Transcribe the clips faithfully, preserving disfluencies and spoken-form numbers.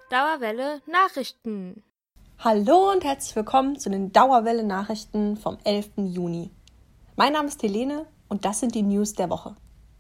Dauerwelle Nachrichten. Hallo und herzlich willkommen zu den Dauerwelle Nachrichten vom elften Juni. Mein Name ist Helene und das sind die News der Woche.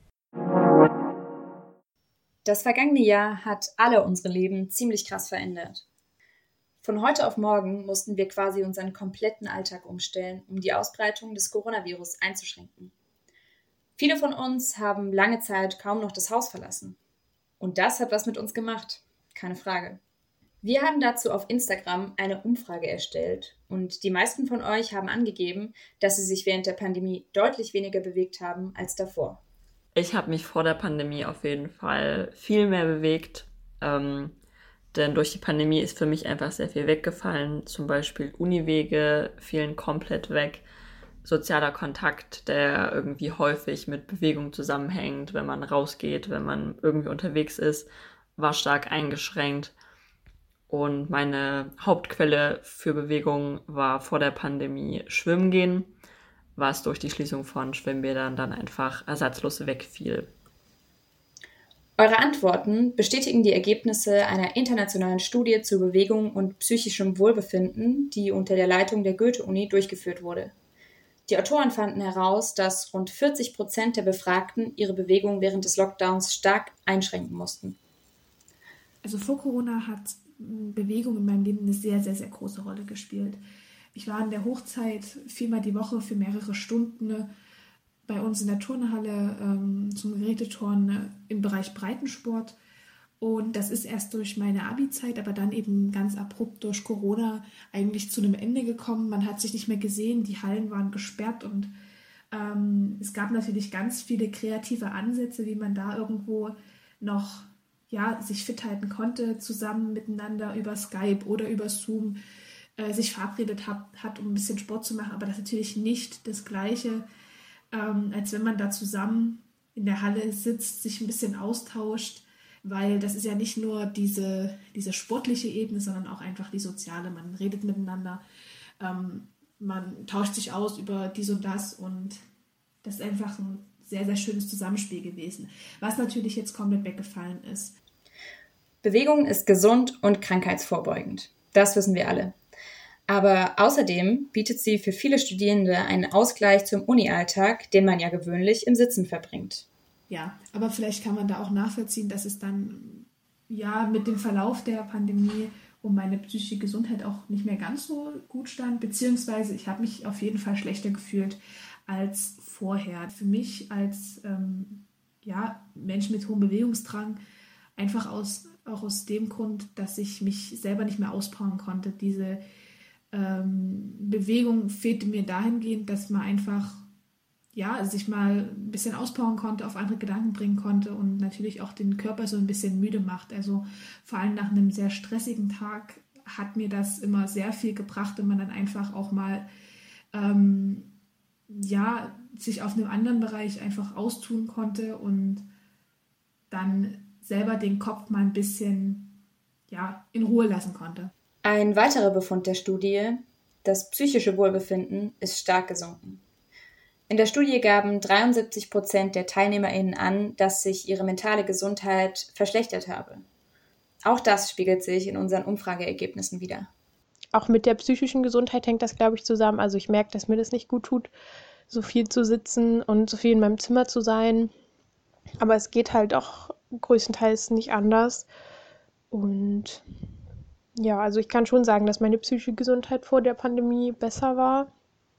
Das vergangene Jahr hat alle unsere Leben ziemlich krass verändert. Von heute auf morgen mussten wir quasi unseren kompletten Alltag umstellen, um die Ausbreitung des Coronavirus einzuschränken. Viele von uns haben lange Zeit kaum noch das Haus verlassen. Und das hat was mit uns gemacht, keine Frage. Wir haben dazu auf Instagram eine Umfrage erstellt und die meisten von euch haben angegeben, dass sie sich während der Pandemie deutlich weniger bewegt haben als davor. Ich habe mich vor der Pandemie auf jeden Fall viel mehr bewegt, ähm, denn durch die Pandemie ist für mich einfach sehr viel weggefallen. Zum Beispiel Uniwege fielen komplett weg, sozialer Kontakt, der irgendwie häufig mit Bewegung zusammenhängt, wenn man rausgeht, wenn man irgendwie unterwegs ist, war stark eingeschränkt. Und meine Hauptquelle für Bewegung war vor der Pandemie Schwimmen gehen, was durch die Schließung von Schwimmbädern dann einfach ersatzlos wegfiel. Eure Antworten bestätigen die Ergebnisse einer internationalen Studie zu Bewegung und psychischem Wohlbefinden, die unter der Leitung der Goethe-Uni durchgeführt wurde. Die Autoren fanden heraus, dass rund vierzig Prozent der Befragten ihre Bewegung während des Lockdowns stark einschränken mussten. Also vor Corona hat Bewegung in meinem Leben eine sehr, sehr, sehr große Rolle gespielt. Ich war in der Hochzeit viermal die Woche für mehrere Stunden bei uns in der Turnhalle ähm, zum Geräteturnen im Bereich Breitensport. Und das ist erst durch meine Abi-Zeit, aber dann eben ganz abrupt durch Corona eigentlich zu einem Ende gekommen. Man hat sich nicht mehr gesehen, die Hallen waren gesperrt und ähm, es gab natürlich ganz viele kreative Ansätze, wie man da irgendwo noch ja, sich fit halten konnte, zusammen miteinander über Skype oder über Zoom äh, sich verabredet hat, hat, um ein bisschen Sport zu machen. Aber das ist natürlich nicht das Gleiche, ähm, als wenn man da zusammen in der Halle sitzt, sich ein bisschen austauscht, weil das ist ja nicht nur diese, diese sportliche Ebene, sondern auch einfach die soziale. Man redet miteinander, ähm, man tauscht sich aus über dies und das und das ist einfach ein sehr, sehr schönes Zusammenspiel gewesen, was natürlich jetzt komplett weggefallen ist. Bewegung ist gesund und krankheitsvorbeugend. Das wissen wir alle. Aber außerdem bietet sie für viele Studierende einen Ausgleich zum Uni-Alltag, den man ja gewöhnlich im Sitzen verbringt. Ja, aber vielleicht kann man da auch nachvollziehen, dass es dann ja mit dem Verlauf der Pandemie um meine psychische Gesundheit auch nicht mehr ganz so gut stand, beziehungsweise ich habe mich auf jeden Fall schlechter gefühlt als vorher. Für mich als ähm, ja, Mensch mit hohem Bewegungsdrang, einfach aus, auch aus dem Grund, dass ich mich selber nicht mehr auspowern konnte. Diese ähm, Bewegung fehlte mir dahingehend, dass man einfach ja, sich mal ein bisschen auspowern konnte, auf andere Gedanken bringen konnte und natürlich auch den Körper so ein bisschen müde macht. Also vor allem nach einem sehr stressigen Tag hat mir das immer sehr viel gebracht, wenn man dann einfach auch mal ähm, ja, sich auf einem anderen Bereich einfach austun konnte und dann selber den Kopf mal ein bisschen ja, in Ruhe lassen konnte. Ein weiterer Befund der Studie, das psychische Wohlbefinden ist stark gesunken. In der Studie gaben dreiundsiebzig Prozent der TeilnehmerInnen an, dass sich ihre mentale Gesundheit verschlechtert habe. Auch das spiegelt sich in unseren Umfrageergebnissen wider. Auch mit der psychischen Gesundheit hängt das, glaube ich, zusammen. Also ich merke, dass mir das nicht gut tut, so viel zu sitzen und so viel in meinem Zimmer zu sein. Aber es geht halt auch größtenteils nicht anders. Und ja, also ich kann schon sagen, dass meine psychische Gesundheit vor der Pandemie besser war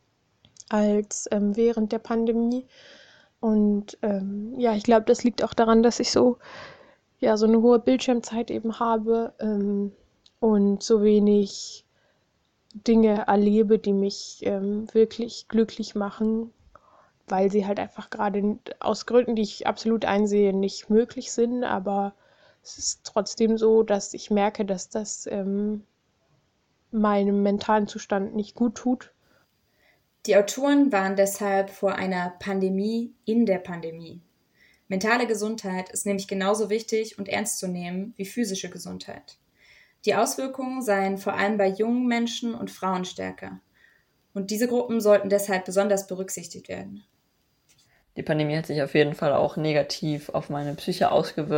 als ähm, während der Pandemie. Und ähm, ja, ich glaube, das liegt auch daran, dass ich so, ja, so eine hohe Bildschirmzeit eben habe ähm, und so wenig Dinge erlebe, die mich ähm, wirklich glücklich machen, weil sie halt einfach gerade aus Gründen, die ich absolut einsehe, nicht möglich sind. Aber es ist trotzdem so, dass ich merke, dass das ähm, meinem mentalen Zustand nicht gut tut. Die Autoren waren deshalb vor einer Pandemie in der Pandemie. Mentale Gesundheit ist nämlich genauso wichtig und ernst zu nehmen wie physische Gesundheit. Die Auswirkungen seien vor allem bei jungen Menschen und Frauen stärker. Und diese Gruppen sollten deshalb besonders berücksichtigt werden. Die Pandemie hat sich auf jeden Fall auch negativ auf meine Psyche ausgewirkt.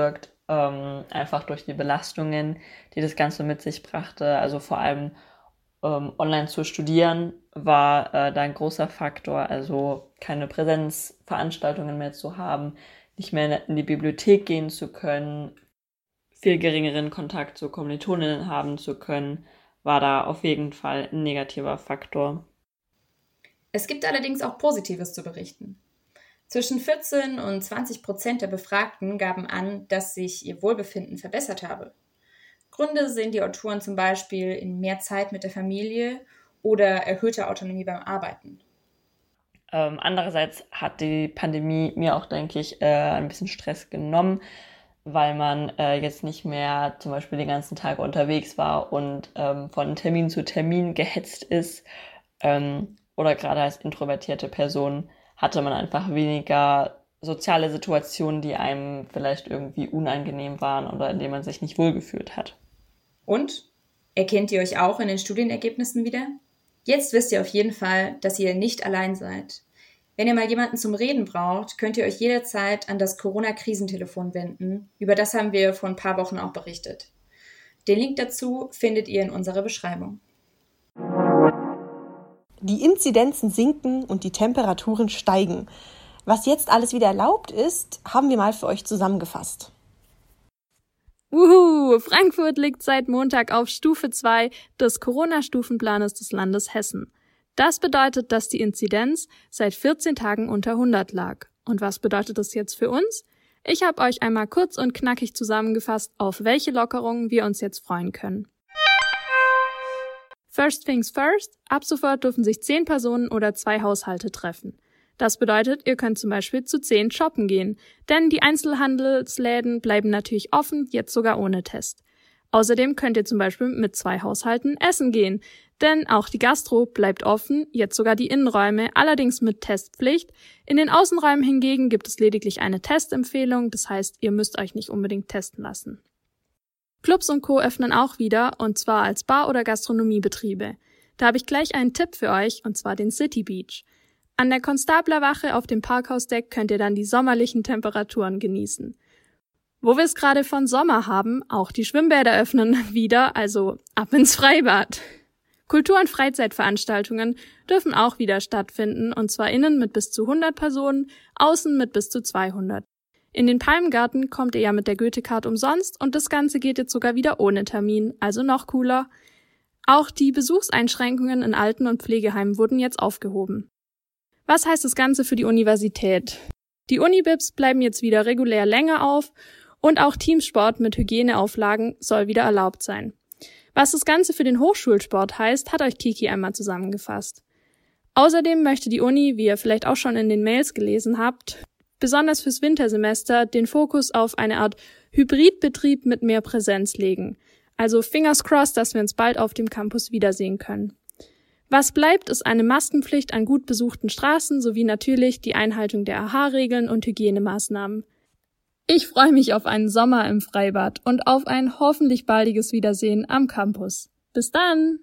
ähm, einfach durch die Belastungen, die das Ganze mit sich brachte. Also vor allem ähm, online zu studieren war äh, da ein großer Faktor, also keine Präsenzveranstaltungen mehr zu haben, nicht mehr in die Bibliothek gehen zu können, viel geringeren Kontakt zu Kommilitoninnen haben zu können, war da auf jeden Fall ein negativer Faktor. Es gibt allerdings auch Positives zu berichten. Zwischen vierzehn und zwanzig Prozent der Befragten gaben an, dass sich ihr Wohlbefinden verbessert habe. Gründe sehen die Autoren zum Beispiel in mehr Zeit mit der Familie oder erhöhter Autonomie beim Arbeiten. Ähm, andererseits hat die Pandemie mir auch, denke ich, äh, ein bisschen Stress genommen, weil man äh, jetzt nicht mehr zum Beispiel den ganzen Tag unterwegs war und ähm, von Termin zu Termin gehetzt ist. Ähm, oder gerade als introvertierte Person hatte man einfach weniger soziale Situationen, die einem vielleicht irgendwie unangenehm waren oder in denen man sich nicht wohlgefühlt hat. Und? Erkennt ihr euch auch in den Studienergebnissen wieder? Jetzt wisst ihr auf jeden Fall, dass ihr nicht allein seid. Wenn ihr mal jemanden zum Reden braucht, könnt ihr euch jederzeit an das Corona-Krisentelefon wenden. Über das haben wir vor ein paar Wochen auch berichtet. Den Link dazu findet ihr in unserer Beschreibung. Die Inzidenzen sinken und die Temperaturen steigen. Was jetzt alles wieder erlaubt ist, haben wir mal für euch zusammengefasst. Uhu, Frankfurt liegt seit Montag auf Stufe zwei des Corona-Stufenplanes des Landes Hessen. Das bedeutet, dass die Inzidenz seit vierzehn Tagen unter hundert lag. Und was bedeutet das jetzt für uns? Ich habe euch einmal kurz und knackig zusammengefasst, auf welche Lockerungen wir uns jetzt freuen können. First things first, ab sofort dürfen sich zehn Personen oder zwei Haushalte treffen. Das bedeutet, ihr könnt zum Beispiel zu zehn shoppen gehen, denn die Einzelhandelsläden bleiben natürlich offen, jetzt sogar ohne Test. Außerdem könnt ihr zum Beispiel mit zwei Haushalten essen gehen, denn auch die Gastro bleibt offen, jetzt sogar die Innenräume, allerdings mit Testpflicht. In den Außenräumen hingegen gibt es lediglich eine Testempfehlung, das heißt, ihr müsst euch nicht unbedingt testen lassen. Clubs und Co. öffnen auch wieder, und zwar als Bar- oder Gastronomiebetriebe. Da habe ich gleich einen Tipp für euch, und zwar den City Beach. An der Konstablerwache auf dem Parkhausdeck könnt ihr dann die sommerlichen Temperaturen genießen. Wo wir es gerade von Sommer haben, auch die Schwimmbäder öffnen wieder, also ab ins Freibad. Kultur- und Freizeitveranstaltungen dürfen auch wieder stattfinden, und zwar innen mit bis zu hundert Personen, außen mit bis zu zweihundert. In den Palmgarten kommt ihr ja mit der Goethe-Card umsonst und das Ganze geht jetzt sogar wieder ohne Termin, also noch cooler. Auch die Besuchseinschränkungen in Alten- und Pflegeheimen wurden jetzt aufgehoben. Was heißt das Ganze für die Universität? Die Unibibs bleiben jetzt wieder regulär länger auf und auch Teamsport mit Hygieneauflagen soll wieder erlaubt sein. Was das Ganze für den Hochschulsport heißt, hat euch Kiki einmal zusammengefasst. Außerdem möchte die Uni, wie ihr vielleicht auch schon in den Mails gelesen habt, besonders fürs Wintersemester den Fokus auf eine Art Hybridbetrieb mit mehr Präsenz legen. Also fingers crossed, dass wir uns bald auf dem Campus wiedersehen können. Was bleibt, ist eine Maskenpflicht an gut besuchten Straßen sowie natürlich die Einhaltung der A H-Regeln und Hygienemaßnahmen. Ich freue mich auf einen Sommer im Freibad und auf ein hoffentlich baldiges Wiedersehen am Campus. Bis dann!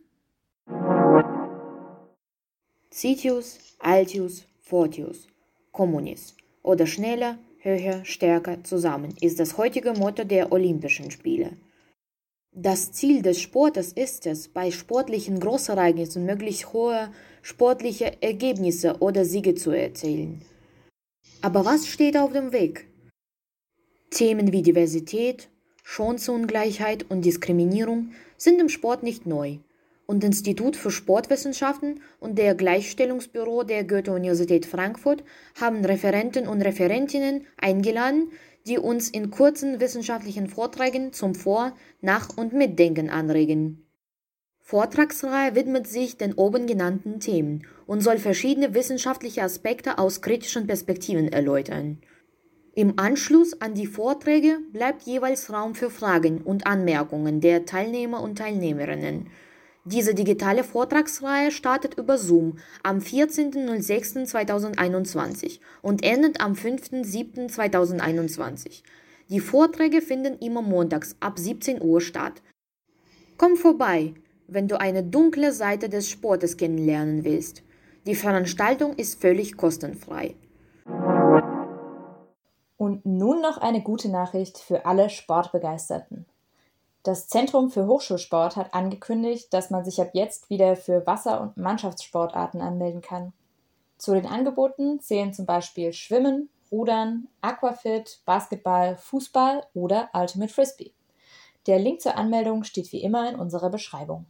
Citius, Altius, Fortius, Communis oder schneller, höher, stärker zusammen ist das heutige Motto der Olympischen Spiele. Das Ziel des Sportes ist es, bei sportlichen Großereignissen möglichst hohe sportliche Ergebnisse oder Siege zu erzielen. Aber was steht auf dem Weg? Themen wie Diversität, Chancenungleichheit und Diskriminierung sind im Sport nicht neu. Und Institut für Sportwissenschaften und der Gleichstellungsbüro der Goethe-Universität Frankfurt haben Referenten und Referentinnen eingeladen, die uns in kurzen wissenschaftlichen Vorträgen zum Vor-, Nach- und Mitdenken anregen. Vortragsreihe widmet sich den oben genannten Themen und soll verschiedene wissenschaftliche Aspekte aus kritischen Perspektiven erläutern. Im Anschluss an die Vorträge bleibt jeweils Raum für Fragen und Anmerkungen der Teilnehmer und Teilnehmerinnen. Diese digitale Vortragsreihe startet über Zoom am vierzehnten sechsten zweitausendeinundzwanzig und endet am fünften siebten zweitausendeinundzwanzig. Die Vorträge finden immer montags ab siebzehn Uhr statt. Komm vorbei, wenn du eine dunkle Seite des Sportes kennenlernen willst. Die Veranstaltung ist völlig kostenfrei. Und nun noch eine gute Nachricht für alle Sportbegeisterten. Das Zentrum für Hochschulsport hat angekündigt, dass man sich ab jetzt wieder für Wasser- und Mannschaftssportarten anmelden kann. Zu den Angeboten zählen zum Beispiel Schwimmen, Rudern, Aquafit, Basketball, Fußball oder Ultimate Frisbee. Der Link zur Anmeldung steht wie immer in unserer Beschreibung.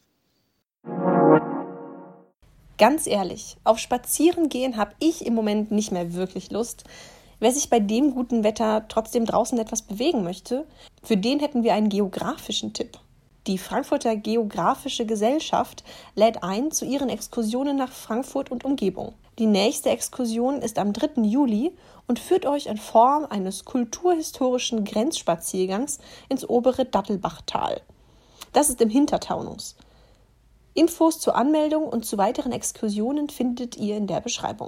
Ganz ehrlich, auf Spazierengehen habe ich im Moment nicht mehr wirklich Lust. Wer sich bei dem guten Wetter trotzdem draußen etwas bewegen möchte, für den hätten wir einen geografischen Tipp. Die Frankfurter Geographische Gesellschaft lädt ein zu ihren Exkursionen nach Frankfurt und Umgebung. Die nächste Exkursion ist am dritten Juli und führt euch in Form eines kulturhistorischen Grenzspaziergangs ins obere Dattelbachtal. Das ist im Hintertaunus. Infos zur Anmeldung und zu weiteren Exkursionen findet ihr in der Beschreibung.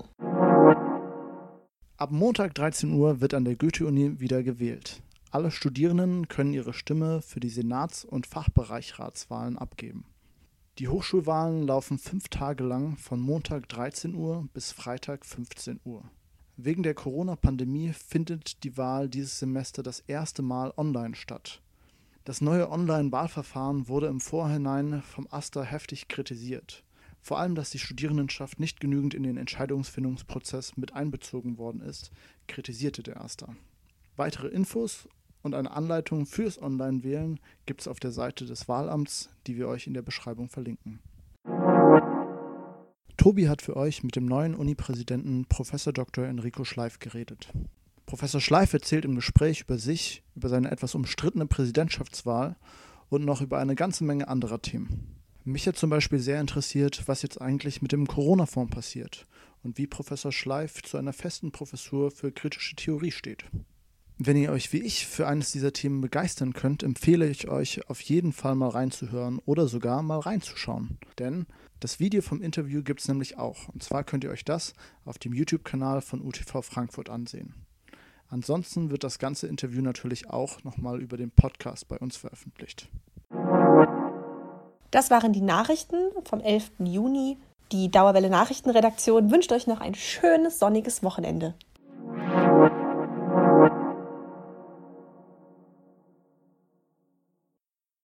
Ab Montag dreizehn Uhr wird an der Goethe-Uni wieder gewählt. Alle Studierenden können ihre Stimme für die Senats- und Fachbereichsratswahlen abgeben. Die Hochschulwahlen laufen fünf Tage lang von Montag dreizehn Uhr bis Freitag fünfzehn Uhr. Wegen der Corona-Pandemie findet die Wahl dieses Semester das erste Mal online statt. Das neue Online-Wahlverfahren wurde im Vorhinein vom AStA heftig kritisiert. Vor allem, dass die Studierendenschaft nicht genügend in den Entscheidungsfindungsprozess mit einbezogen worden ist, kritisierte der AStA. Weitere Infos und eine Anleitung fürs Online-Wählen gibt es auf der Seite des Wahlamts, die wir euch in der Beschreibung verlinken. Tobi hat für euch mit dem neuen Uni-Präsidenten Professor Doktor Enrico Schleif geredet. Professor Schleif erzählt im Gespräch über sich, über seine etwas umstrittene Präsidentschaftswahl und noch über eine ganze Menge anderer Themen. Mich hat zum Beispiel sehr interessiert, was jetzt eigentlich mit dem Corona-Fonds passiert und wie Professor Schleif zu einer festen Professur für kritische Theorie steht. Wenn ihr euch wie ich für eines dieser Themen begeistern könnt, empfehle ich euch auf jeden Fall mal reinzuhören oder sogar mal reinzuschauen. Denn das Video vom Interview gibt es nämlich auch. Und zwar könnt ihr euch das auf dem YouTube-Kanal von U T V Frankfurt ansehen. Ansonsten wird das ganze Interview natürlich auch nochmal über den Podcast bei uns veröffentlicht. Das waren die Nachrichten vom elften Juni. Die Dauerwelle Nachrichtenredaktion wünscht euch noch ein schönes sonniges Wochenende.